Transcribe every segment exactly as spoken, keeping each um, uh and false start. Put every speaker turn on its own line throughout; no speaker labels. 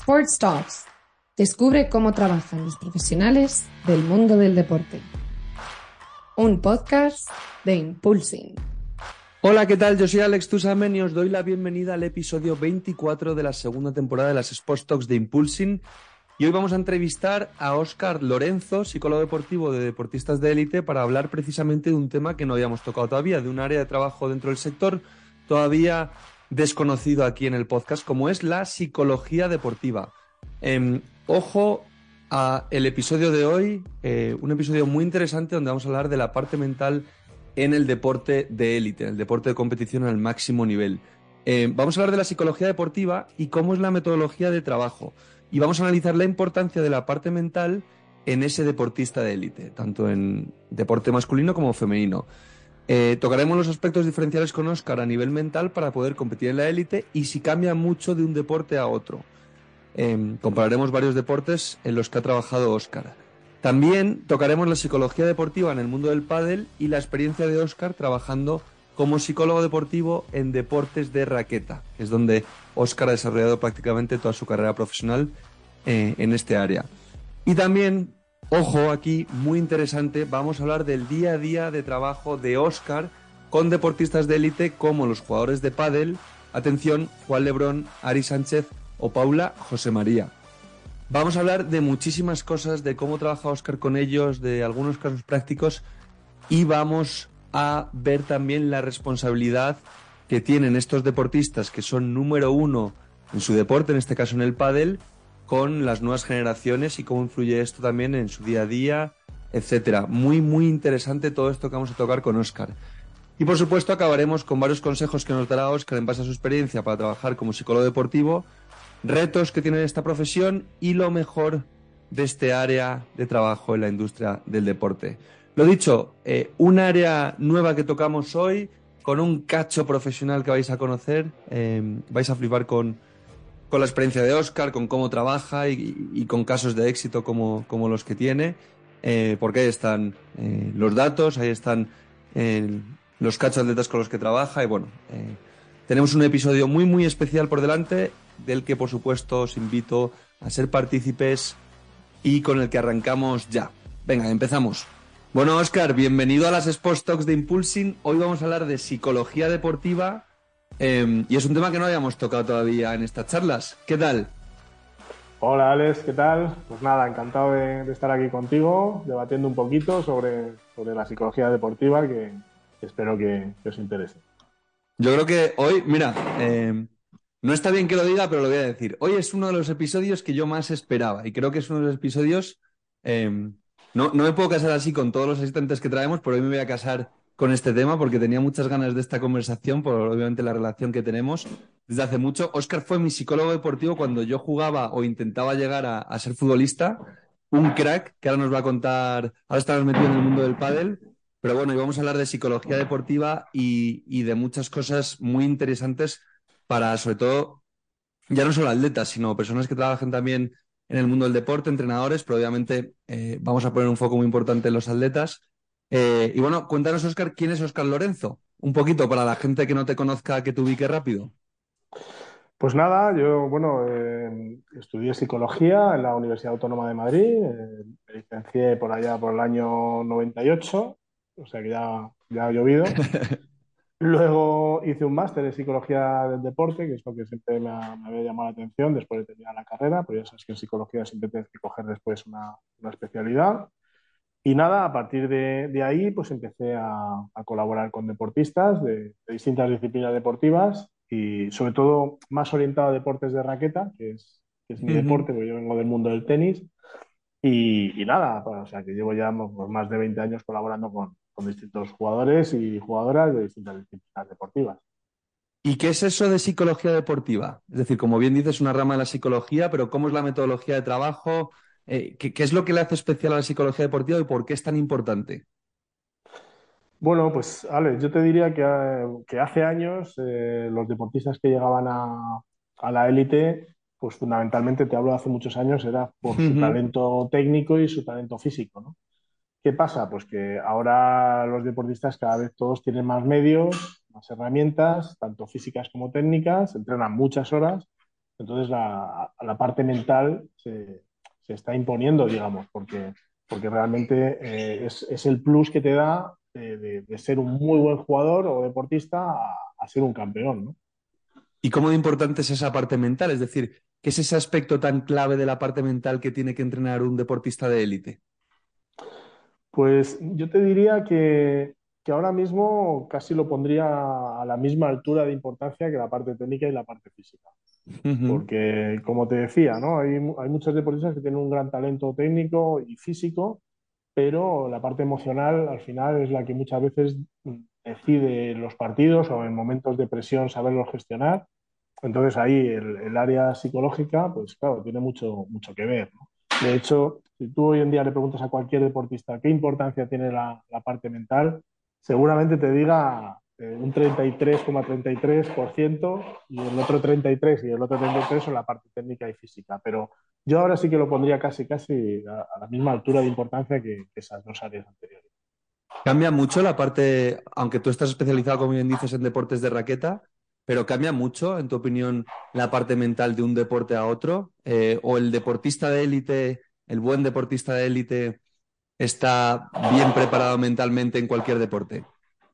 Sports Talks. Descubre cómo trabajan los profesionales del mundo del deporte. Un podcast de Impulsing.
Hola, ¿qué tal? Yo soy Alex Tusamen y os doy la bienvenida al episodio veinticuatro de la segunda temporada de las Sports Talks de Impulsing. Y hoy vamos a entrevistar a Óscar Lorenzo, psicólogo deportivo de deportistas de élite, para hablar precisamente de un tema que no habíamos tocado todavía, de un área de trabajo dentro del sector todavía desconocido aquí en el podcast, como es la psicología deportiva. Eh, ojo a el episodio de hoy, eh, un episodio muy interesante donde vamos a hablar de la parte mental en el deporte de élite, en el deporte de competición al máximo nivel. Eh, vamos a hablar de la psicología deportiva y cómo es la metodología de trabajo. Y vamos a analizar la importancia de la parte mental en ese deportista de élite, tanto en deporte masculino como femenino. Eh, tocaremos los aspectos diferenciales con Óscar a nivel mental para poder competir en la élite y si cambia mucho de un deporte a otro. Eh, compararemos varios deportes en los que ha trabajado Óscar. También tocaremos la psicología deportiva en el mundo del pádel y la experiencia de Óscar trabajando como psicólogo deportivo en deportes de raqueta, que es donde Óscar ha desarrollado prácticamente toda su carrera profesional eh, en este área. Y también, ojo aquí, muy interesante, vamos a hablar del día a día de trabajo de Óscar con deportistas de élite como los jugadores de pádel, atención, Juan Lebrón, Ari Sánchez o Paula José María. Vamos a hablar de muchísimas cosas, de cómo trabaja Óscar con ellos, de algunos casos prácticos y vamos a ver también la responsabilidad que tienen estos deportistas que son número uno en su deporte, en este caso en el pádel, con las nuevas generaciones y cómo influye esto también en su día a día, etcétera. Muy, muy interesante todo esto que vamos a tocar con Óscar. Y por supuesto acabaremos con varios consejos que nos dará Óscar en base a su experiencia para trabajar como psicólogo deportivo, retos que tiene esta profesión y lo mejor de este área de trabajo en la industria del deporte. Lo dicho, eh, un área nueva que tocamos hoy con un cacho profesional que vais a conocer, eh, vais a flipar con, con la experiencia de Óscar, con cómo trabaja y, y con casos de éxito como, como los que tiene, eh, porque ahí están eh, los datos, ahí están eh, los cachos atletas con los que trabaja y bueno, eh, tenemos un episodio muy muy especial por delante del que por supuesto os invito a ser partícipes y con el que arrancamos ya. Venga, empezamos. Bueno, Óscar, bienvenido a las Sports Talks de Impulsing. Hoy vamos a hablar de psicología deportiva eh, y es un tema que no habíamos tocado todavía en estas charlas. ¿Qué tal?
Hola Alex, ¿qué tal? Pues nada, encantado de, de estar aquí contigo, debatiendo un poquito sobre, sobre la psicología deportiva que, que espero que, que os interese.
Yo creo que hoy, mira, eh, no está bien que lo diga, pero lo voy a decir. Hoy es uno de los episodios que yo más esperaba y creo que es uno de los episodios... Eh, no, no me puedo casar así con todos los asistentes que traemos, pero hoy me voy a casar con este tema porque tenía muchas ganas de esta conversación, por obviamente la relación que tenemos desde hace mucho. Óscar fue mi psicólogo deportivo cuando yo jugaba o intentaba llegar a, a ser futbolista, un crack que ahora nos va a contar, ahora estamos metidos en el mundo del pádel. Pero bueno, y vamos a hablar de psicología deportiva y, y de muchas cosas muy interesantes para, sobre todo, ya no solo atletas, sino personas que trabajan también en el mundo del deporte, entrenadores, pero obviamente eh, vamos a poner un foco muy importante en los atletas. Eh, y bueno, cuéntanos, Óscar, ¿quién es Óscar Lorenzo? Un poquito para la gente que no te conozca, que te ubique rápido.
Pues nada, yo, bueno, eh, estudié psicología en la Universidad Autónoma de Madrid, eh, me licencié por allá por el año noventa y ocho, o sea que ya, ya ha llovido. Luego hice un máster en psicología del deporte, que es lo que siempre me, ha- me había llamado la atención después de terminar la carrera, pero ya sabes que en psicología siempre tienes que coger después una, una especialidad. Y nada, a partir de, de ahí pues empecé a, a colaborar con deportistas de, de distintas disciplinas deportivas y sobre todo más orientado a deportes de raqueta, que es, que es mi
Ujú.
deporte, porque yo vengo del mundo del tenis. Y, y nada, pues, o sea que llevo ya pues, más de veinte años colaborando con, con distintos jugadores y jugadoras de distintas disciplinas deportivas.
¿Y qué es eso de psicología deportiva? Es decir, como bien dices, una rama de la psicología, pero ¿cómo es la metodología de trabajo? Eh, ¿qué, qué es lo que le hace especial a la psicología deportiva y por qué es tan importante?
Bueno, pues Alex, yo te diría que, eh, que hace años eh, los deportistas que llegaban a, a la élite, pues fundamentalmente, te hablo de hace muchos años, era por su
Ujú.
talento técnico y su talento físico, ¿no? ¿Qué pasa? Pues que ahora los deportistas cada vez todos tienen más medios, más herramientas, tanto físicas como técnicas, entrenan muchas horas, Entonces la, la parte mental se, se está imponiendo, digamos, porque, porque realmente eh, es, es el plus que te da de, de- de ser un muy buen jugador o deportista a, a ser un campeón, ¿no?
¿Y cómo de importante es esa parte mental? Es decir, ¿qué es ese aspecto tan clave de la parte mental que tiene que entrenar un deportista de élite?
Pues yo te diría que, que ahora mismo casi lo pondría a la misma altura de importancia que la parte técnica y la parte física.
Ujú.
Porque, como te decía, ¿no? Hay, hay muchos deportistas que tienen un gran talento técnico y físico, pero la parte emocional al final es la que muchas veces decide los partidos o en momentos de presión saberlos gestionar. Entonces ahí el, el área psicológica, pues claro, tiene mucho, mucho que ver, ¿no? De hecho, si tú hoy en día le preguntas a cualquier deportista qué importancia tiene la, la parte mental, seguramente te diga eh, un treinta y tres coma treinta y tres por ciento y el otro treinta y tres y el otro treinta y tres son la parte técnica y física. Pero yo ahora sí que lo pondría casi, casi a, a la misma altura de importancia que, que esas dos áreas anteriores.
Cambia mucho la parte, aunque tú estás especializado, como bien dices, en deportes de raqueta, pero cambia mucho, en tu opinión, la parte mental de un deporte a otro. Eh, o el deportista de élite, el buen deportista de élite, está bien preparado mentalmente en cualquier deporte.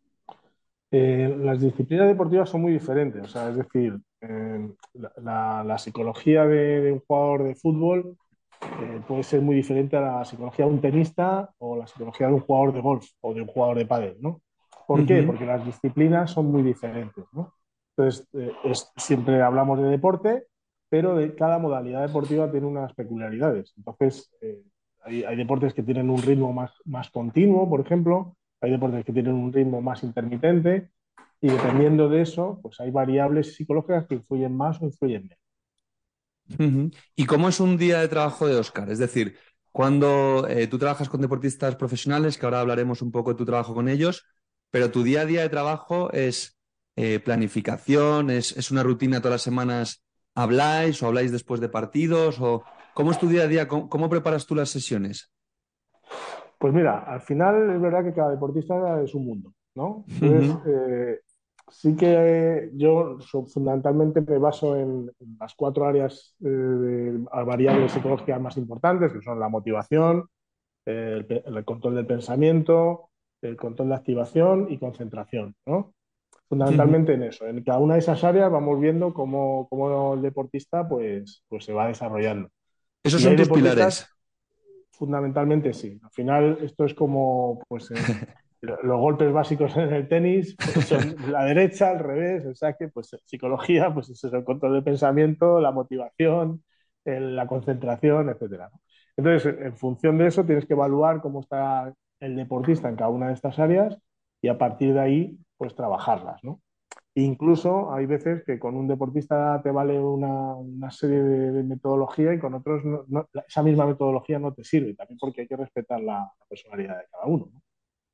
Eh, las disciplinas deportivas son muy diferentes, o sea, es decir, eh, la, la- la psicología de, de un jugador de fútbol eh, puede ser muy diferente a la psicología de un tenista o la psicología de un jugador de golf o de un jugador de pádel, ¿no? ¿Por qué?
Ujú.
Porque las disciplinas son muy diferentes, ¿no? Entonces, eh, es- siempre hablamos de deporte, pero de cada modalidad deportiva tiene unas peculiaridades. Entonces, eh, hay, hay deportes que tienen un ritmo más, más continuo, por ejemplo, hay deportes que tienen un ritmo más intermitente, y dependiendo de eso, pues hay variables psicológicas que influyen más o influyen menos.
Ujú. ¿Y cómo es un día de trabajo de Oscar? Es decir, cuando eh, tú trabajas con deportistas profesionales, que ahora hablaremos un poco de tu trabajo con ellos, pero tu día a día de trabajo es eh, planificación, es, es una rutina todas las semanas, habláis o habláis después de partidos, o ¿cómo es tu día a día? ¿Cómo, cómo preparas tú las sesiones?
Pues mira, al final es verdad que cada deportista es un mundo, ¿no? Entonces,
Ujú,
eh, sí que yo so- fundamentalmente me baso en, en las cuatro áreas eh, de variables psicológicas más importantes, que son la motivación, eh, el, pe- el control del pensamiento, el control de activación y concentración, ¿no?
ujú.
Fundamentalmente en eso. En cada una de esas áreas vamos viendo cómo, cómo el deportista pues, pues se va desarrollando.
Esos
Y
son
hay
tus
deportistas.
pilares.
Fundamentalmente sí. Al final esto es como pues, en- los golpes básicos en el tenis, pues son la derecha, al revés, el saque, pues psicología, pues eso es el control del pensamiento, la motivación, el- la concentración, etcétera, ¿no? Entonces, en función de eso tienes que evaluar cómo está el deportista en cada una de estas áreas y a partir de ahí, pues trabajarlas, ¿no? Incluso hay veces que con un deportista te vale una, una serie de, de metodología y con otros no- no- esa misma metodología no te sirve, también porque hay que respetar la, la personalidad de cada uno, ¿no?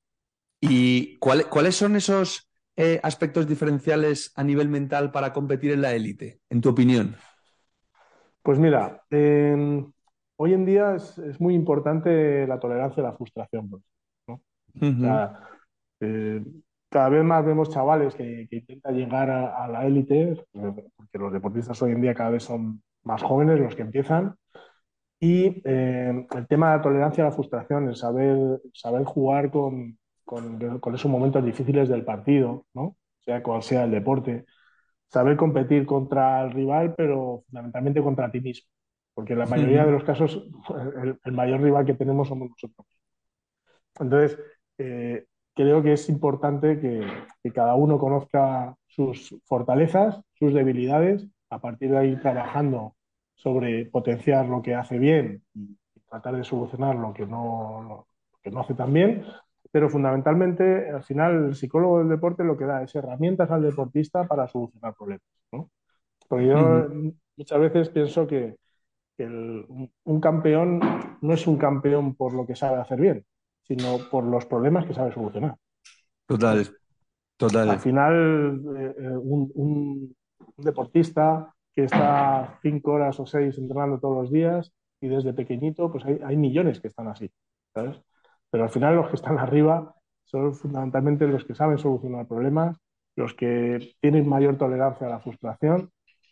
¿Y cuál- cuáles son esos eh, aspectos diferenciales a nivel mental para competir en la élite, en tu opinión?
Pues mira, eh, hoy en día es, es muy importante la tolerancia a la frustración, por ejemplo, ¿no? O
Ujú,
sea, eh, cada vez más vemos chavales que, que intentan llegar a, a la élite, porque los deportistas hoy en día cada vez son más jóvenes los que empiezan. Y eh, el tema de la tolerancia a la frustración, el saber, saber jugar con, con, con esos momentos difíciles del partido, ¿no? Sea cual sea el deporte. Saber competir contra el rival, pero fundamentalmente contra ti mismo. Porque en la mayoría de
ujú.
los casos, el, el mayor rival que tenemos somos nosotros. Entonces, eh, creo que es importante que, que cada uno conozca sus fortalezas, sus debilidades, a partir de ahí trabajando sobre potenciar lo que hace bien y tratar de solucionar lo que no, lo que no hace tan bien. Pero fundamentalmente, al final, el psicólogo del deporte lo que da es herramientas al deportista para solucionar problemas, ¿no? Porque yo
Ujú.
muchas veces pienso que, que el- un un campeón no es un campeón por lo que sabe hacer bien, sino por los problemas que sabe solucionar.
Total,
Al
total.
final, eh, eh, un, un- un deportista que está cinco horas o seis entrenando todos los días y desde pequeñito, pues hay, hay millones que están así, ¿sabes? Pero al final los que están arriba son fundamentalmente los que saben solucionar problemas, los que tienen mayor tolerancia a la frustración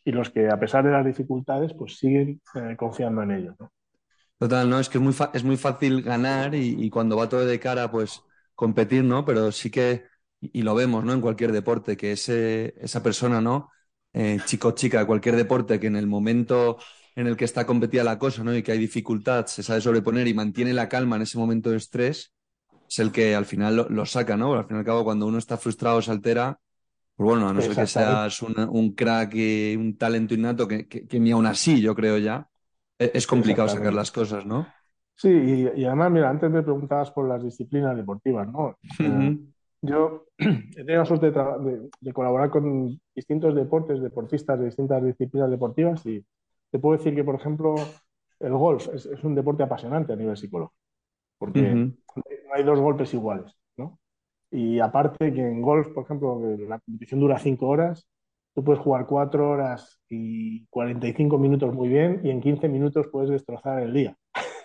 y los que a pesar de las dificultades pues siguen eh, confiando en ello, ¿no?
Total, ¿no? Es que es muy, fa- es muy fácil ganar y, y cuando va todo de cara, pues competir, ¿no? Pero sí que, y y lo vemos, ¿no? En cualquier deporte, que ese, esa persona, ¿no? Eh, chico o chica de cualquier deporte, que en el momento en el que está competida la cosa, ¿no? Y que hay dificultad, se sabe sobreponer y mantiene la calma en ese momento de estrés, es el que al final lo, lo saca, ¿no? Al fin y al cabo, cuando uno está frustrado o se altera, pues bueno, a no ser que
Exactamente.
seas un, un crack y un talento innato, que, que, que ni aún así, yo creo ya, e- es complicado sacar
Exactamente.
las cosas, ¿no?
Sí, y, y además, mira, antes me preguntabas por las disciplinas deportivas, ¿no? Eh,
Ujú,
yo he tenido la suerte de, tra- de- de colaborar con distintos deportes, deportistas de distintas disciplinas deportivas y te puedo decir que, por ejemplo, el golf es, es un deporte apasionante a nivel psicológico, porque
ujú.
no hay dos golpes iguales, ¿no? Y aparte que en golf, por ejemplo, que la competición dura cinco horas, tú puedes jugar cuatro horas y cuarenta y cinco minutos muy bien y en quince minutos puedes destrozar el día.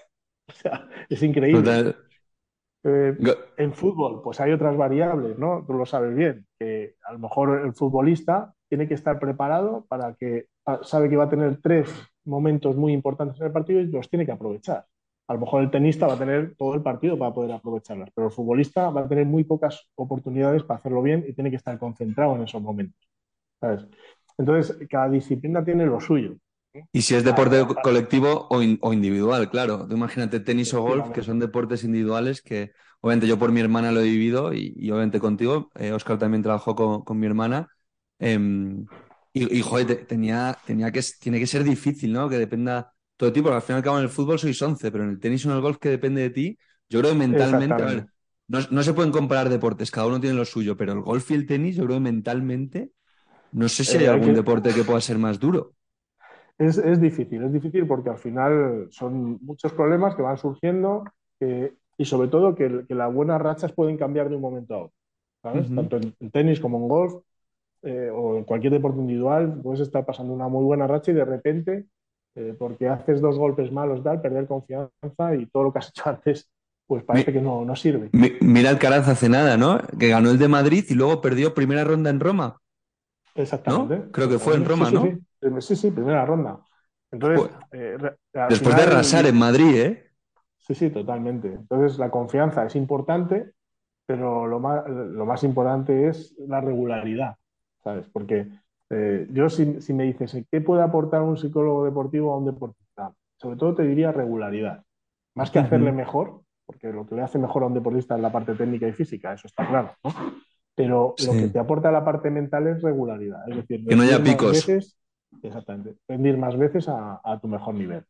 O sea, es increíble.
Total.
Eh,
Go-
en fútbol, pues hay otras variables, ¿no? Tú lo sabes bien, que a lo mejor el futbolista tiene que estar preparado para que sabe que va a tener tres momentos muy importantes en el partido y los tiene que aprovechar. A lo mejor el tenista va a tener todo el partido para poder aprovecharlas, pero el futbolista va a tener muy pocas oportunidades para hacerlo bien y tiene que estar concentrado en esos momentos, ¿sabes? Entonces, cada disciplina tiene lo suyo, ¿no?
Y si es
Para,
deporte
para,
co-
para,
colectivo o, in- o individual, claro. Tú imagínate tenis o golf, que
efectivamente.
son deportes individuales que, obviamente, yo por mi hermana lo he vivido y, y obviamente contigo. Eh, Oscar también trabajó con, con mi hermana. Em, y, y, joder, te- tenía, tenía que, tiene que ser difícil, ¿no? Que dependa todo tipo, porque al fin y al cabo en el fútbol sois once, pero en el tenis o en el golf que depende de ti, yo creo que mentalmente, a ver,
Exactamente.
no, no se pueden comparar deportes, cada uno tiene lo suyo, pero el golf y el tenis, yo creo que mentalmente, no sé si hay
Eh, hay
algún
que,
deporte que pueda ser más duro.
Es, es difícil, es difícil porque al final son muchos problemas que van surgiendo eh, y sobre todo que, que las buenas rachas pueden cambiar de un momento a otro, ¿sabes?
Ujú.
Tanto en, en tenis como en golf eh, o en cualquier deporte individual puedes estar pasando una muy buena racha y de repente, eh, porque haces dos golpes malos, tal, perder confianza y todo lo que has hecho antes, pues parece
Mi-
que no, no sirve.
Mi- Mira Alcaraz hace nada, ¿no? Que ganó el de Madrid y luego perdió primera ronda en Roma, ¿no?
Exactamente,
Creo que fue en
exactamente. Sí,
Roma,
sí, sí.
¿no?
Sí, sí, primera ronda. Entonces,
Joder.
eh, re- al
Después de
final,
arrasar
yo,
en Madrid, ¿eh?
sí, sí, totalmente. Entonces, la confianza es importante, pero lo más, lo más importante es la regularidad, ¿sabes? Porque eh, yo, si, si me dices, ¿qué puede aportar un psicólogo deportivo a un deportista? Sobre todo te diría regularidad. Más que hacerle
Ujú.
mejor, porque lo que le hace mejor a un deportista es la parte técnica y física, eso está claro, ¿no? Pero lo que
Sí.
te aporta la parte mental es regularidad, es decir,
Que no
rendir
haya
más
picos,
veces, exactamente, rendir más veces a, a tu mejor nivel.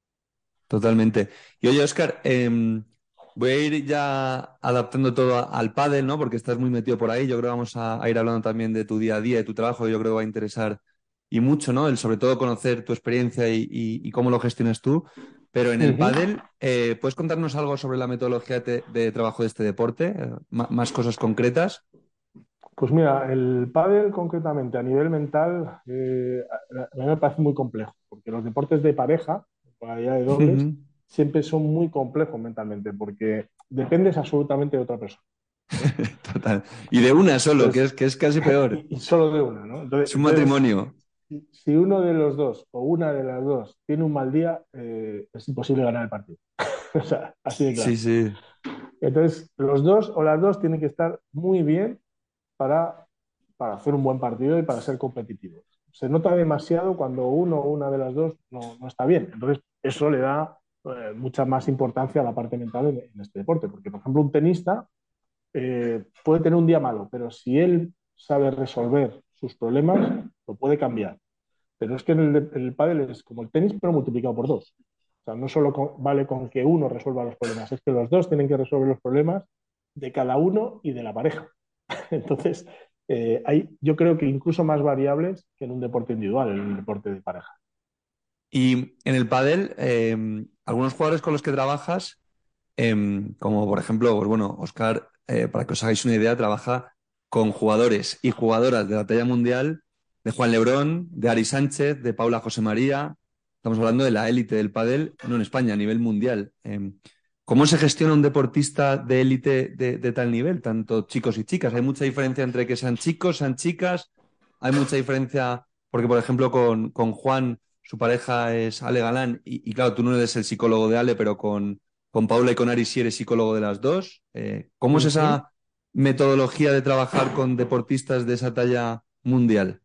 totalmente. Y oye, Oscar, em, voy a ir ya adaptando todo a- al pádel, ¿no? Porque estás muy metido por ahí. Yo creo que vamos a, a ir hablando también de tu día a día, de tu trabajo, que yo creo que va a interesar y mucho, ¿no? El sobre todo conocer tu experiencia y, y- y cómo lo gestionas tú. Pero en
Uh
el
-huh.
pádel, eh, ¿puedes contarnos algo sobre la metodología de, de trabajo de este deporte? Eh, ma- más cosas concretas.
Pues mira, el pádel concretamente a nivel mental eh, a a mí me parece muy complejo, porque los deportes de pareja, modalidad de dobles,
Ujú.
siempre son muy complejos mentalmente, porque dependes absolutamente de otra persona, ¿vale?
Total. Y de una solo, que
Entonces,
es, que es casi peor.
y, y solo de una, ¿no? Entonces,
Es un
entonces
matrimonio.
si, si uno de los dos o una de las dos tiene un mal día, eh, es imposible ganar el partido. O sea, así de
Sí,
claro.
sí.
Entonces, los dos o las dos tienen que estar muy bien para, para hacer un buen partido y para ser competitivos. Se nota demasiado cuando uno o una de las dos no, no está bien. Entonces, eso le da eh, mucha más importancia a la parte mental en, en este deporte. Porque, por ejemplo, un tenista eh, puede tener un día malo, pero si él sabe resolver sus problemas, lo puede cambiar. Pero es que en el, el pádel es como el tenis, pero multiplicado por dos. O sea, no solo con, vale con que uno resuelva los problemas, es que los dos tienen que resolver los problemas de cada uno y de la pareja. Entonces, eh, hay, yo creo que incluso más variables que en un deporte individual, en un deporte de pareja.
Y en el pádel, eh, algunos jugadores con los que trabajas, eh, como por ejemplo, pues bueno, Oscar, eh, para que os hagáis una idea, trabaja con jugadores y jugadoras de la talla mundial, de Juan Lebrón, de Ari Sánchez, de Paula José María. Estamos hablando de la élite del pádel, no en España, a nivel mundial. Eh, ¿cómo se gestiona un deportista de élite de, de tal nivel, tanto chicos y chicas? ¿Hay mucha diferencia entre que sean chicos, sean chicas? ¿Hay mucha diferencia Porque, por ejemplo, con, con Juan, su pareja es Ale Galán, y, y claro, tú no eres el psicólogo de Ale, pero con, con Paula y con Ari sí eres psicólogo de las dos. Eh, ¿cómo es
Ujú.
esa metodología de trabajar con deportistas de esa talla mundial?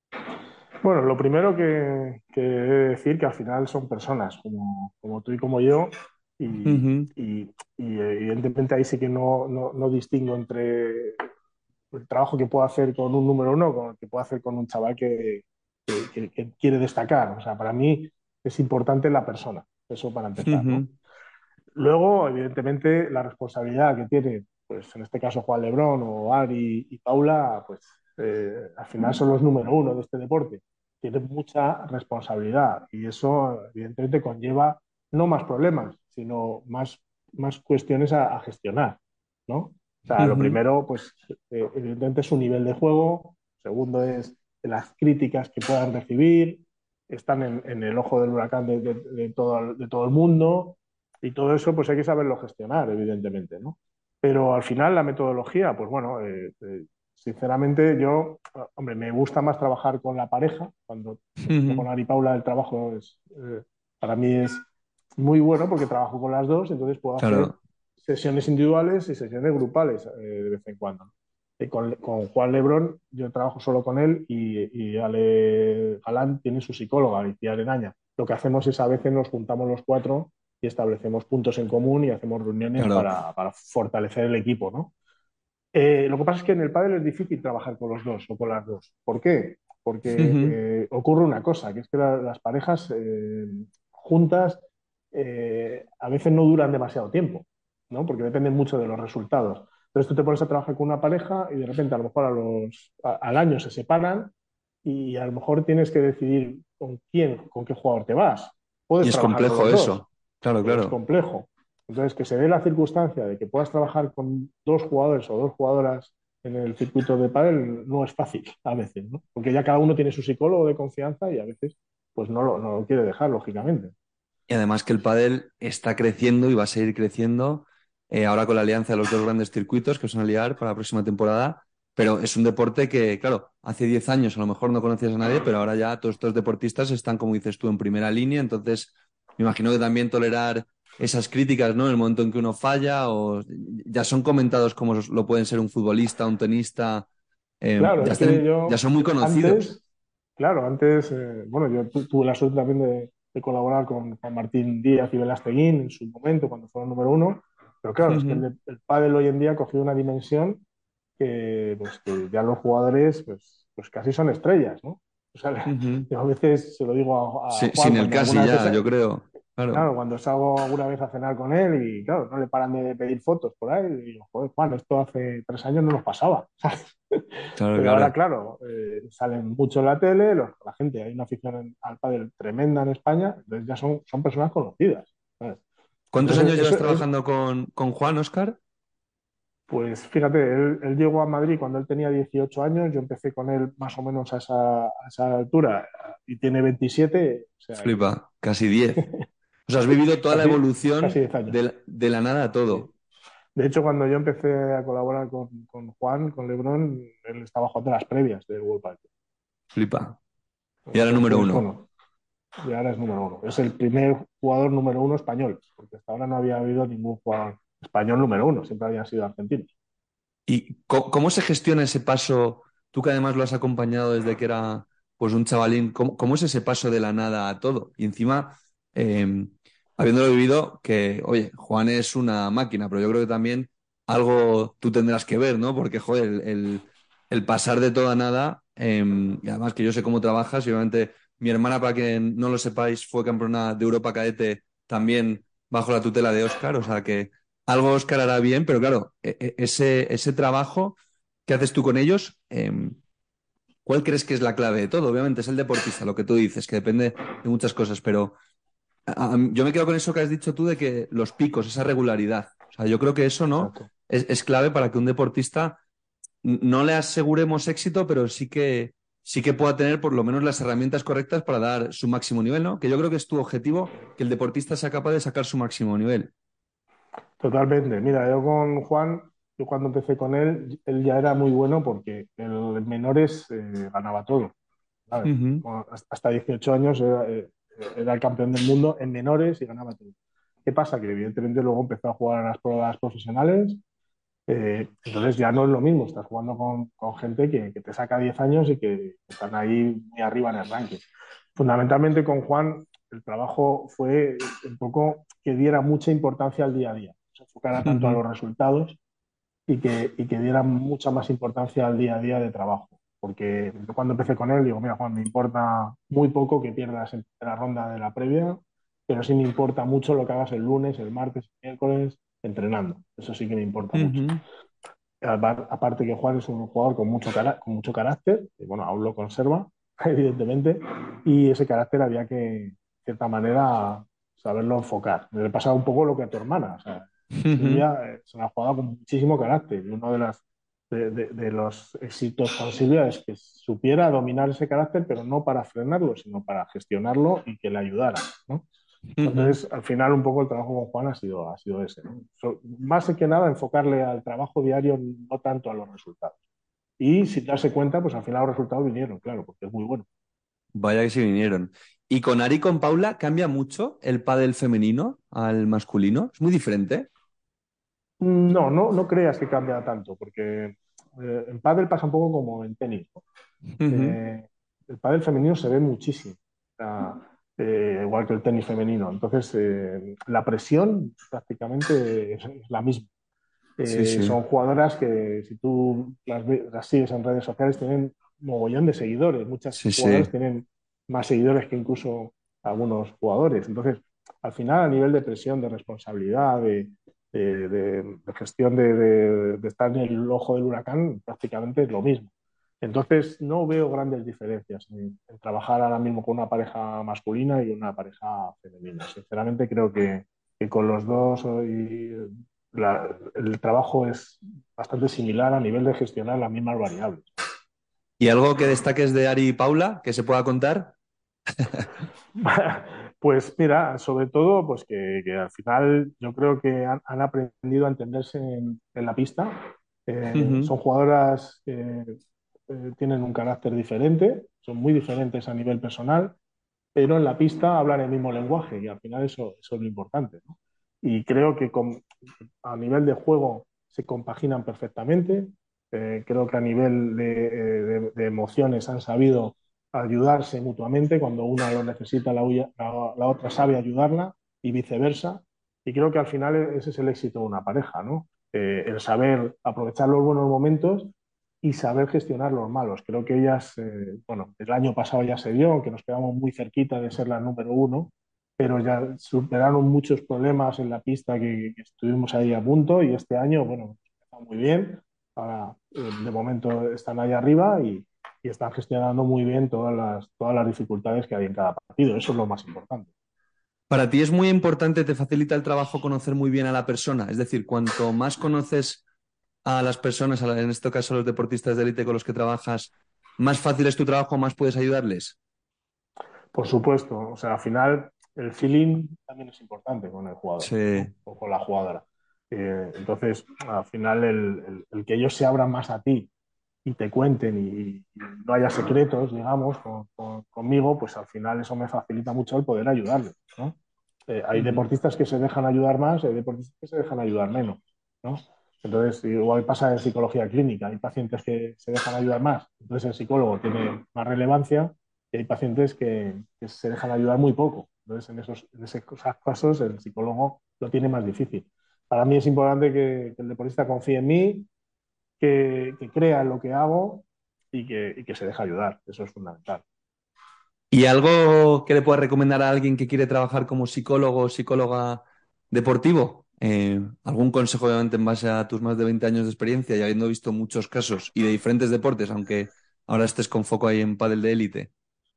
Bueno, lo primero que, que he de decir que al final son personas como, como tú y como yo, y,
Ujú,
y- y evidentemente ahí sí que no, no, no distingo entre el trabajo que puedo hacer con un número uno con el que puedo hacer con un chaval que, que- que- que quiere destacar. O sea, para mí es importante la persona, eso para empezar, ¿no?
ujú.
Luego, evidentemente, la responsabilidad que tiene, pues en este caso Juan Lebrón o Ari y Paula, pues eh, al final son los número uno de este deporte. Tienen mucha responsabilidad y eso, evidentemente, conlleva no más problemas, sino más, más cuestiones a, a gestionar, ¿no? O sea, lo
Ujú.
primero, pues eh, evidentemente es su nivel de juego. Segundo es las críticas que puedan recibir. Están en, en el ojo del huracán de, de- de todo, de todo el mundo y todo eso pues hay que saberlo gestionar, evidentemente, ¿no? Pero al final la metodología, pues bueno, eh, eh, sinceramente yo, hombre, me gusta más trabajar con la pareja. Cuando, por ejemplo, con
Ujú.
Ari y Paula el trabajo es, eh, para mí es muy bueno porque trabajo con las dos, entonces puedo hacer
Claro,
sesiones individuales y sesiones grupales eh, de vez en cuando. Y con, con Juan Lebrón yo trabajo solo con él y, y Ale Galán tiene su psicóloga, Alicia Arenaña. Lo que hacemos es a veces nos juntamos los cuatro y establecemos puntos en común y hacemos reuniones
claro.
para, para fortalecer el equipo, ¿no? Eh, lo que pasa es que en el pádel es difícil trabajar con los dos o con las dos. ¿Por qué? Porque
Ujú.
eh, ocurre una cosa, que es que la- las parejas eh, juntas eh, a veces no duran demasiado tiempo, ¿no? Porque dependen mucho de los resultados. Entonces tú te pones a trabajar con una pareja y de repente a lo mejor a los, a- al año se separan y a lo mejor tienes que decidir con quién, con qué jugador te vas.
Y
Puedes
es
trabajar con
complejo
los dos,
eso. Claro,
pero es
claro.
complejo. Entonces, que se dé la circunstancia de que puedas trabajar con dos jugadores o dos jugadoras en el circuito de pádel no es fácil a veces, ¿no? Porque ya cada uno tiene su psicólogo de confianza y a veces pues no lo, no lo quiere dejar, lógicamente.
Y además que el pádel está creciendo y va a seguir creciendo eh, ahora con la alianza de los dos grandes circuitos que se van a liar para la próxima temporada. Pero es un deporte que, claro, hace diez años a lo mejor no conocías a nadie, pero ahora ya todos estos deportistas están, como dices tú, en primera línea. Entonces, me imagino que también tolerar esas críticas, ¿no? En el momento en que uno falla, o ya son comentados como lo pueden ser un futbolista, un tenista, eh,
Claro,
ya
es que
están, ya
yo
son muy conocidos.
antes, claro, antes, eh, bueno, yo tu- tuve la suerte también de, de colaborar con Juan Martín Díaz y Velasteguín en su momento cuando fueron número uno, pero claro, es que el, el pádel hoy en día ha cogido una dimensión que, pues, que ya los jugadores pues, pues casi son estrellas, ¿no? O sea,
Ujú.
yo a veces se lo digo a, a
Sí,
Juan
sin el
cuando
casi
alguna vez,
ya,
es-
yo creo. Claro,
claro, cuando salgo alguna vez a cenar con él y claro, no le paran de pedir fotos por ahí, y digo, joder, Juan, esto hace tres años no nos pasaba, ¿sabes?
claro,
Pero ahora,
claro.
claro, eh, salen mucho en la tele, los- la gente, hay una afición en- al pádel tremenda en España, entonces ya son, son personas conocidas, ¿sabes?
¿Cuántos
Entonces,
años
eso
llevas
es,
trabajando con, con Juan, Oscar?
pues fíjate, él, él llegó a Madrid cuando él tenía dieciocho años, yo empecé con él más o menos a esa, a esa altura y tiene veintisiete, o sea que
Flipa, casi diez. O sea, has vivido toda la
casi, casi
evolución
diez años.
de la, de la nada a
Sí.
todo.
De hecho, cuando yo empecé a colaborar con, con Juan, con Lebron, él estaba jugando las previas del World Party.
Flipa. Y ahora número
Entonces,
uno.
bueno, y ahora es número uno. Es el primer jugador número uno español, porque hasta ahora no había habido ningún jugador español número uno, siempre habían sido argentinos.
¿Y co- cómo, se gestiona ese paso? Tú que además lo has acompañado desde que era pues un chavalín, ¿cómo, cómo es ese paso de la nada a todo? Y encima, eh, habiéndolo vivido, que, oye, Juan es una máquina, pero yo creo que también algo tú tendrás que ver, ¿no? Porque, joder, el, el- el pasar de todo a nada, eh, y además que yo sé cómo trabajas, y obviamente mi hermana, para que no lo sepáis, fue campeona de Europa cadete también bajo la tutela de Óscar, o sea que algo Oscar hará bien, pero claro, e- e- ese, ese trabajo que haces tú con ellos, eh, ¿cuál crees que es la clave de todo? Obviamente es el deportista, lo que tú dices, que depende de muchas cosas, pero a- a- yo me quedo con eso que has dicho tú de que los picos, esa regularidad. O sea, yo creo que eso no
Exacto.
es, es clave para que un deportista n- no le aseguremos éxito, pero sí que, sí que pueda tener por lo menos las herramientas correctas para dar su máximo nivel, ¿no? Que yo creo que es tu objetivo, que el deportista sea capaz de sacar su máximo nivel.
Totalmente. Mira, yo con Juan, yo cuando empecé con él, él ya era muy bueno porque el menores eh, ganaba todo. ¿sabes?
Ujú,
Bueno, hasta dieciocho años era, eh, era el campeón del mundo en menores y ganaba todo. ¿Qué pasa? Que evidentemente luego empezó a jugar a las pruebas profesionales, eh, entonces ya no es lo mismo, estás jugando con, con gente que, que te saca diez años y que están ahí muy arriba en el ranking. Fundamentalmente con Juan el trabajo fue un poco que diera mucha importancia al día a día, se enfocara tanto a
ujú,
los resultados y que, y que diera mucha más importancia al día a día de trabajo. Porque yo cuando empecé con él digo, mira Juan, me importa muy poco que pierdas en la ronda de la previa, pero sí me importa mucho lo que hagas el lunes, el martes, el miércoles, entrenando. Eso sí que me importa mucho.
ujú.
Aparte que Juan es un jugador con mucho, con mucho carácter, y bueno, aún lo conserva, evidentemente, y ese carácter había que, de cierta manera, saberlo enfocar. Le pasa un poco lo que a tu hermana. O sea,
Ujú,
Silvia eh, es una jugadora con muchísimo carácter, y uno de, las, de, de, de los éxitos con Silvia es que supiera dominar ese carácter, pero no para frenarlo, sino para gestionarlo y que le ayudara, ¿no?
ujú.
Entonces, al final, un poco el trabajo con Juan ha sido, ha sido ese, ¿no? So, más que nada, enfocarle al trabajo diario, no tanto a los resultados. Y sin darse cuenta, pues al final los resultados vinieron, claro, porque es muy bueno.
Vaya que sí vinieron. ¿Y con Ari y con Paula cambia mucho el pádel femenino al masculino? ¿Es muy diferente?
No, no, no creas que cambia tanto, porque eh, en pádel pasa un poco como en tenis, ¿no?
Ujú.
Eh, el pádel femenino se ve muchísimo, o sea, eh, igual que el tenis femenino. Entonces, eh, la presión prácticamente es, es la misma.
Sí,
Eh,
sí.
son jugadoras que si tú las, las sigues en redes sociales tienen mogollón de seguidores. Muchas
Sí, sí.
jugadoras tienen más seguidores que incluso algunos jugadores. Entonces, al final, a nivel de presión, de responsabilidad, de, de- de- de gestión de, de- de estar en el ojo del huracán, prácticamente es lo mismo. Entonces, no veo grandes diferencias en, en trabajar ahora mismo con una pareja masculina y una pareja femenina. Sinceramente, creo que, que con los dos hoy la- el trabajo es bastante similar a nivel de gestionar las mismas variables.
¿Y algo que destaques de Ari y Paula que se pueda contar?
Pues mira, sobre todo, pues que, que al final yo creo que han, han aprendido a entenderse en, en la pista. Eh,
Ujú.
son jugadoras que eh, tienen un carácter diferente, son muy diferentes a nivel personal, pero en la pista hablan el mismo lenguaje y al final eso, eso es lo importante, ¿no? Y creo que con, a nivel de juego se compaginan perfectamente. Eh, creo que a nivel de, eh, de, de, emociones han sabido ayudarse mutuamente. Cuando una lo necesita, la, la, la, otra sabe ayudarla y viceversa. Y creo que al final ese es el éxito de una pareja, ¿no? Eh, el saber aprovechar los buenos momentos y saber gestionar los malos. Creo que ellas, eh, bueno, el año pasado ya se dio, aunque nos quedamos muy cerquita de ser la número uno, pero ya superaron muchos problemas en la pista que, que estuvimos ahí a punto y este año, bueno, está muy bien. Ahora, eh, de momento están ahí arriba y, y están gestionando muy bien todas las, todas las dificultades que hay en cada partido. Eso es lo más importante.
Para ti es muy importante, te facilita el trabajo conocer muy bien a la persona. Es decir, cuanto más conoces a las personas, a la- en este caso a los deportistas de élite con los que trabajas, más fácil es tu trabajo, más puedes ayudarles.
Por supuesto, o sea, al final el feeling también es importante con el jugador, ¿no?
Sí.
O con la jugadora. Eh, entonces, al final, el, el, el, que ellos se abran más a ti y te cuenten y, y no haya secretos, digamos, con, con, conmigo, pues al final eso me facilita mucho el poder ayudarles, ¿no? Eh, hay
Ujú.
deportistas que se dejan ayudar más, hay deportistas que se dejan ayudar menos, ¿no? Entonces, igual pasa en psicología clínica, hay pacientes que se dejan ayudar más, entonces el psicólogo tiene más relevancia y hay pacientes que, que se dejan ayudar muy poco. Entonces, en esos, en esos casos, el psicólogo lo tiene más difícil. Para mí es importante que, que el deportista confíe en mí, que, que crea en lo que hago y que, y que se deje ayudar. Eso es fundamental.
¿Y algo que le puedas recomendar a alguien que quiere trabajar como psicólogo o psicóloga deportivo? Eh, ¿algún consejo, obviamente, en base a tus más de veinte años de experiencia y habiendo visto muchos casos y de diferentes deportes, aunque ahora estés con foco ahí en pádel de élite?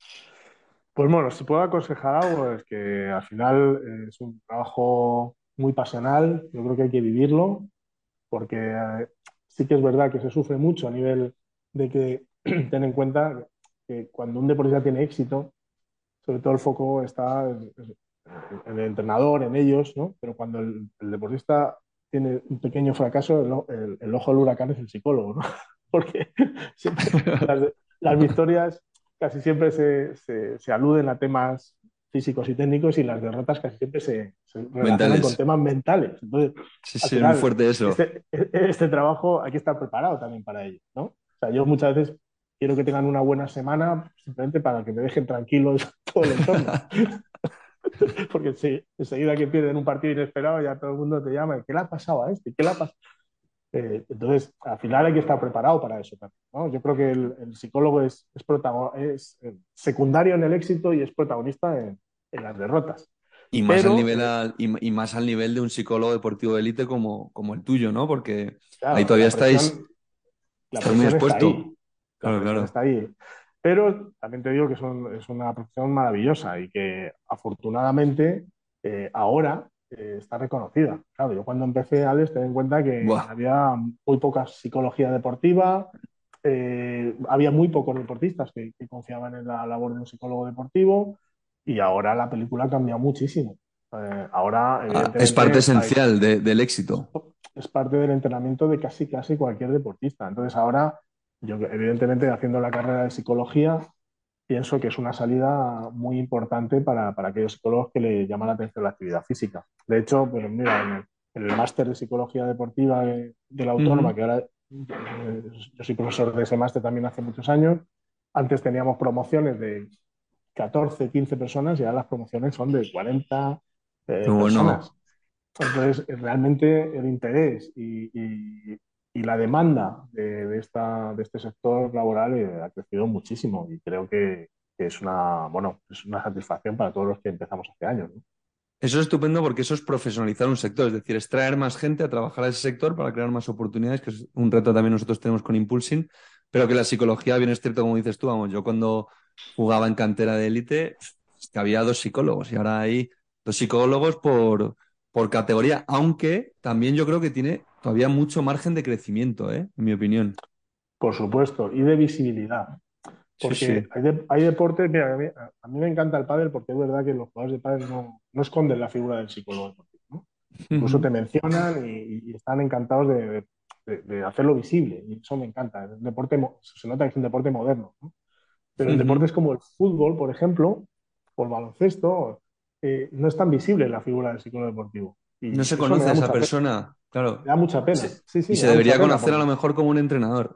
Pues bueno, si puedo aconsejar algo es que al final eh, es un trabajo muy pasional, yo creo que hay que vivirlo, porque eh, sí que es verdad que se sufre mucho a nivel de que ten en cuenta que cuando un deportista tiene éxito, sobre todo el foco está en, en el entrenador, en ellos, ¿no? Pero cuando el, el deportista tiene un pequeño fracaso, el, el, el ojo del huracán es el psicólogo, ¿no? Porque siempre las, las victorias casi siempre se, se, se aluden a temas físicos y técnicos y las derrotas casi siempre se, se relacionan con
Mentales.
temas mentales. Entonces,
Sí,
al
sí, es muy
final,
fuerte eso.
este, este trabajo hay que estar preparado también para ello, ¿no? O sea, yo muchas veces quiero que tengan una buena semana simplemente para que me dejen tranquilos todo el entorno. Porque si enseguida que pierden un partido inesperado ya todo el mundo te llama, ¿y qué le ha pasado a este? ¿Qué le ha pasado? Eh, entonces, al final hay que estar preparado para eso también, ¿no? Yo creo que el, el psicólogo es, es, protagon- es eh, secundario en el éxito y es protagonista en, en las derrotas.
Y más al
Pero,
nivel,
eh,
al- y, y más al nivel de un psicólogo deportivo de élite como, como el tuyo, ¿no? Porque ahí
claro,
todavía
la
estáis,
presión, la
estáis muy
presión está
expuesto.
ahí. La
Claro,
presión
claro.
está ahí. Pero también te digo que son, es una profesión maravillosa y que afortunadamente eh, ahora eh, está reconocida. Claro, yo cuando empecé, Alex, ten en cuenta que
Buah.
había muy poca psicología deportiva, eh, había muy pocos deportistas que, que confiaban en la labor de un psicólogo deportivo y ahora la película ha cambiado muchísimo. Eh, ahora,
Ah, es parte
evidentemente, hay,
esencial de- del éxito.
es parte del entrenamiento de casi, casi cualquier deportista. Entonces ahora, yo evidentemente haciendo la carrera de psicología, pienso que es una salida muy importante para, para aquellos psicólogos que le llama la atención la actividad física. De hecho, pues mira, en el, en el máster de psicología deportiva de, de la Autónoma,
Ujú.
que ahora eh, yo soy profesor de ese máster también hace muchos años, antes teníamos promociones de catorce quince personas y ahora las promociones son de cuarenta
Qué
eh,
bueno.
personas. Entonces, realmente el interés y, y- y la demanda de, de esta, de este sector laboral eh, ha crecido muchísimo y creo que, que es una, bueno, es una satisfacción para todos los que empezamos hace años, ¿no?
Eso es estupendo porque eso es profesionalizar un sector, es decir, es traer más gente a trabajar a ese sector para crear más oportunidades, que es un reto también nosotros tenemos con Impulsing, pero que la psicología, bien es cierto, como dices tú, vamos, yo cuando jugaba en cantera de élite, es que había dos psicólogos y ahora hay dos psicólogos por, por categoría, aunque también yo creo que tiene todavía mucho margen de crecimiento, ¿eh? En mi opinión.
Por supuesto, y de visibilidad.
Sí,
Porque
sí.
hay, de- hay deportes, mira, a mí, a mí me encanta el pádel porque es verdad que los jugadores de pádel no, no esconden la figura del psicólogo deportivo, ¿no? Incluso
Ujú,
te mencionan y, y están encantados de, de- de hacerlo visible y eso me encanta. El deporte, mo- se nota que es un deporte moderno, ¿no? Pero en
ujú.
deportes como el fútbol, por ejemplo, o el baloncesto, eh, no es tan visible la figura del psicólogo deportivo.
No
Y
se
eso me
conoce a
da
esa
mucha pena.
persona,
Me
claro.
da mucha
Y
pena.
se,
Sí,
y
sí, me
se
da mucha
debería
pena
conocer a
porque
lo mejor como un entrenador.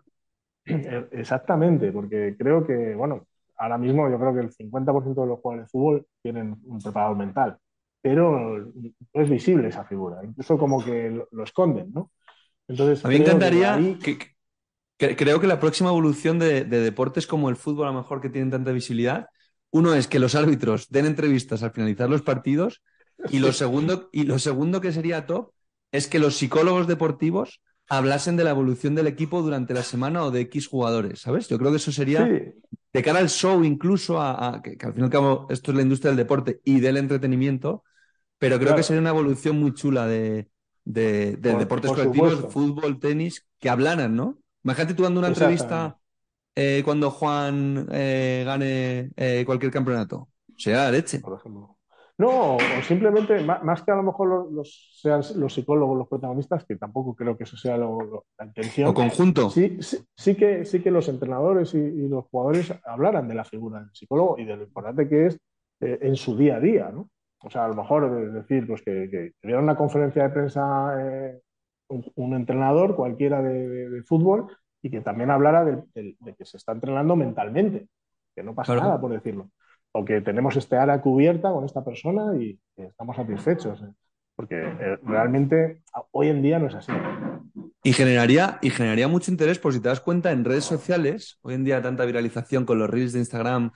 eh, exactamente, porque creo que, bueno, ahora mismo yo creo que el cincuenta por ciento de los jugadores de fútbol tienen un preparador mental, pero no es visible esa figura, incluso como que lo, lo esconden, ¿no? Entonces
A mí me
creo que
encantaría
ahí,
que, que- creo que la próxima evolución de, de deportes como el fútbol, a lo mejor que tienen tanta visibilidad, uno es que los árbitros den entrevistas al finalizar los partidos y lo
sí,
segundo, y lo segundo que sería top es que los psicólogos deportivos hablasen de la evolución del equipo durante la semana o de X jugadores, ¿sabes? Yo creo que eso sería
sí,
de cara al show incluso, a, a- que, que al fin y al cabo esto es la industria del deporte y del entretenimiento, pero creo que sería
claro,
una evolución muy chula de, de, de
por,
deportes
por
colectivos,
supuesto,
fútbol, tenis, que hablaran, ¿no? Imagínate tú dando una
exactamente.
entrevista eh, cuando Juan eh, gane eh, cualquier campeonato. Sea la leche.
Por ejemplo. No, o simplemente, má- más que a lo mejor los, los- sean los psicólogos los protagonistas, que tampoco creo que eso sea lo- lo- la
O
intención,
conjunto.
sí, sí, sí que, sí que los entrenadores y, y los jugadores hablaran de la figura del psicólogo y de lo importante que es eh, en su día a día, ¿no? O sea, a lo mejor es decir, pues que, que tuviera una conferencia de prensa eh, un, un entrenador cualquiera de, de- de fútbol y que también hablara de, de- de que se está entrenando mentalmente, que no pasa nada
Claro.
por decirlo o que tenemos este área cubierta con esta persona y estamos satisfechos. ¿Eh? Porque eh, realmente hoy en día no es así.
Y generaría, y generaría mucho interés, por si te das cuenta, en redes sociales, hoy en día tanta viralización con los reels de Instagram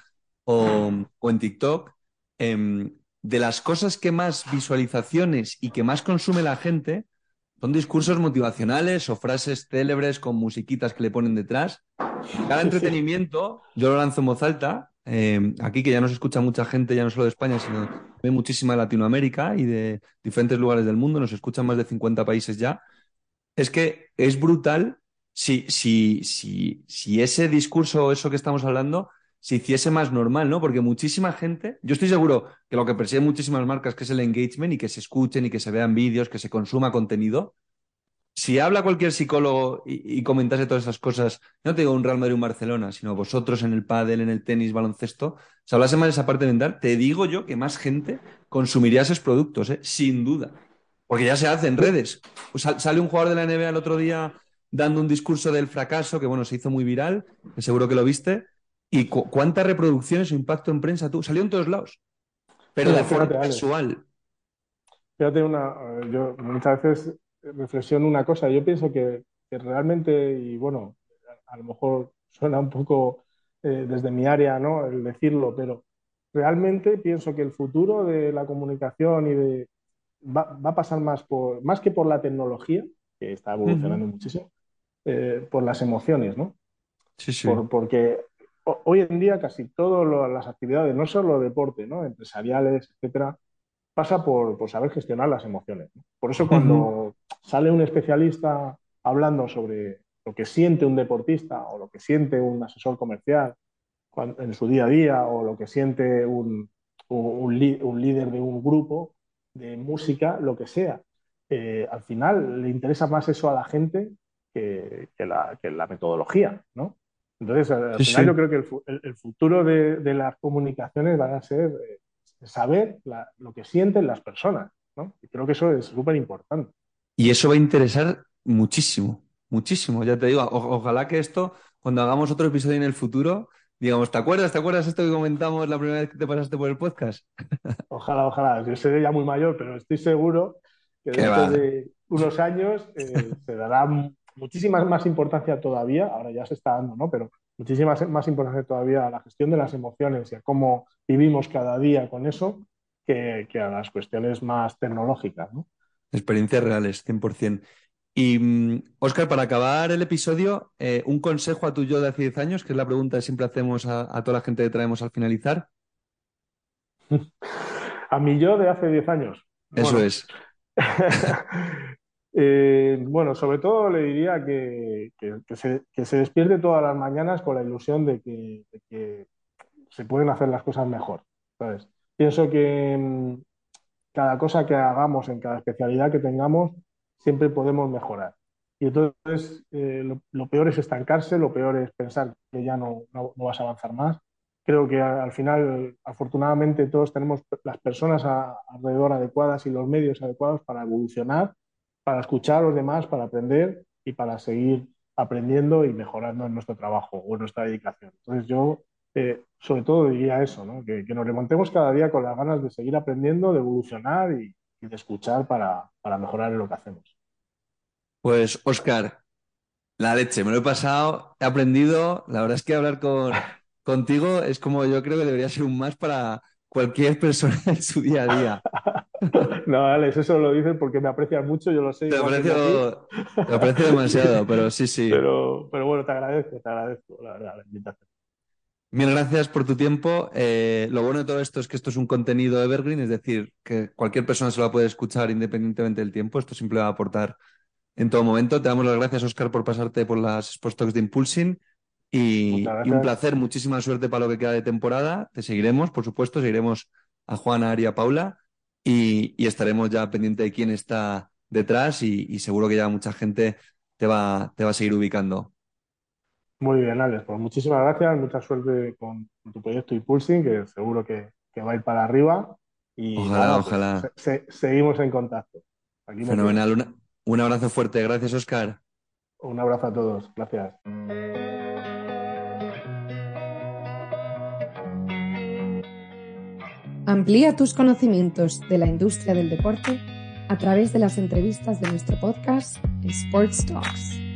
o, o en TikTok, em, de las cosas que más visualizaciones y que más consume la gente son discursos motivacionales o frases célebres con musiquitas que le ponen detrás. De cara a
Sí, sí,
entretenimiento, yo lo lanzo en voz alta, eh, aquí que ya nos escucha mucha gente, ya no solo de España, sino de muchísima Latinoamérica y de diferentes lugares del mundo, nos escuchan más de cincuenta países ya. Es que es brutal si, si, si, si ese discurso o eso que estamos hablando se hiciese más normal, ¿no? Porque muchísima gente, yo estoy seguro que lo que persiguen muchísimas marcas, que es el engagement y que se escuchen y que se vean vídeos, que se consuma contenido, si habla cualquier psicólogo y, y comentase todas esas cosas, no te digo un Real Madrid o un Barcelona, sino vosotros en el pádel, en el tenis, baloncesto, si hablase más de esa parte mental, te digo yo que más gente consumiría esos productos, ¿eh? Sin duda. Porque ya se hace en redes. Pues sal- sale un jugador de la N B A el otro día dando un discurso del fracaso, que bueno, se hizo muy viral, que seguro que lo viste. ¿Y cu- cuántas reproducciones o impacto en prensa tú? Salió en todos lados, pero de
Mira,
forma
fíjate, Alex,
casual.
fíjate una, eh, yo muchas veces reflexiono una cosa, yo pienso que, que realmente, y bueno, a, a lo mejor suena un poco eh, desde mi área, ¿no? El decirlo, pero realmente pienso que el futuro de la comunicación y de va, va a pasar más por, más que por la tecnología, que está
Ujú.
evolucionando muchísimo, eh, por las emociones, ¿no?
Sí, sí.
Por, porque ho- hoy en día casi todas las actividades, no solo deporte, ¿no? Empresariales, etcétera, pasa por, por saber gestionar las emociones, ¿no? Por eso
Ujú.
cuando sale un especialista hablando sobre lo que siente un deportista o lo que siente un asesor comercial cuan- en su día a día o lo que siente un, un, lí- un líder de un grupo de música, lo que sea, eh, al final le interesa más eso a la gente que, que la, que la metodología, ¿no? Entonces, al, al
Sí,
final yo
sí.
creo que el, fu- el- el futuro de, de las comunicaciones va a ser eh, saber la- lo que sienten las personas, ¿no? Y creo que eso es súper importante.
Y eso va a interesar muchísimo, muchísimo. Ya te digo, o- ojalá que esto, cuando hagamos otro episodio en el futuro, digamos, ¿te acuerdas? ¿Te acuerdas esto que comentamos la primera vez que te pasaste por el podcast?
Ojalá, ojalá. Yo seré ya muy mayor, pero estoy seguro que
Que
dentro
va.
de unos años eh, se dará mu- muchísima más importancia todavía, ahora ya se está dando, ¿no? Pero muchísima más importancia todavía a la gestión de las emociones y a cómo vivimos cada día con eso que, que a las cuestiones más tecnológicas, ¿no?
Experiencias reales, cien por ciento. Y, mm, Óscar, para acabar el episodio, eh, un consejo a tu yo de hace diez años, que es la pregunta que siempre hacemos a, a toda la gente que traemos al finalizar.
A mí yo de hace diez años,
Eso
bueno,
es.
eh, bueno, sobre todo le diría que, que- que se, que se despierte todas las mañanas con la ilusión de que, de que se pueden hacer las cosas mejor, ¿sabes? Pienso que mm, cada cosa que hagamos en cada especialidad que tengamos, siempre podemos mejorar. Y entonces eh, lo, lo peor es estancarse, lo peor es pensar que ya no, no- no vas a avanzar más. Creo que a- al final, afortunadamente, todos tenemos las personas a- alrededor adecuadas y los medios adecuados para evolucionar, para escuchar a los demás, para aprender y para seguir aprendiendo y mejorando en nuestro trabajo o en nuestra dedicación. Entonces yo eh, sobre todo diría eso, ¿no? Que, que nos remontemos cada día con las ganas de seguir aprendiendo, de evolucionar y, y de escuchar para, para mejorar en lo que hacemos.
Pues, Óscar, la leche, me lo he pasado, he aprendido. La verdad es que hablar con, contigo es como yo creo que debería ser un más para cualquier persona en su día a día.
No, Alex, eso lo dices porque me aprecias mucho, yo lo sé,
Te
igual que yo a ti.
aprecio, te aprecio demasiado,
Y-
pero sí, sí.
pero, pero bueno, te agradezco, te agradezco, la verdad, la invitación.
Mil gracias por tu tiempo. Eh, lo bueno de todo esto es que esto es un contenido evergreen, es decir, que cualquier persona se lo puede escuchar independientemente del tiempo. Esto siempre va a aportar en todo momento. Te damos las gracias, Óscar, por pasarte por las Sports Talks de Impulsing
Muchas
y, y un
gracias.
placer. Muchísima suerte para lo que queda de temporada. Te seguiremos, por supuesto, seguiremos a Juana, Ari y a Paula y, y estaremos ya pendiente de quién está detrás y, y seguro que ya mucha gente te va, te va a seguir ubicando.
Muy bien, Alex, pues muchísimas gracias, mucha suerte con, con tu proyecto Impulsing, que seguro que, que va a ir para arriba. Y
Ojalá,
nada, pues se-
ojalá.
se- seguimos en contacto. Aquí me
Fenomenal.
tienes.
Una- un abrazo fuerte. Gracias, Óscar.
Un abrazo a todos. Gracias.
Amplía tus conocimientos de la industria del deporte a través de las entrevistas de nuestro podcast Sports Talks.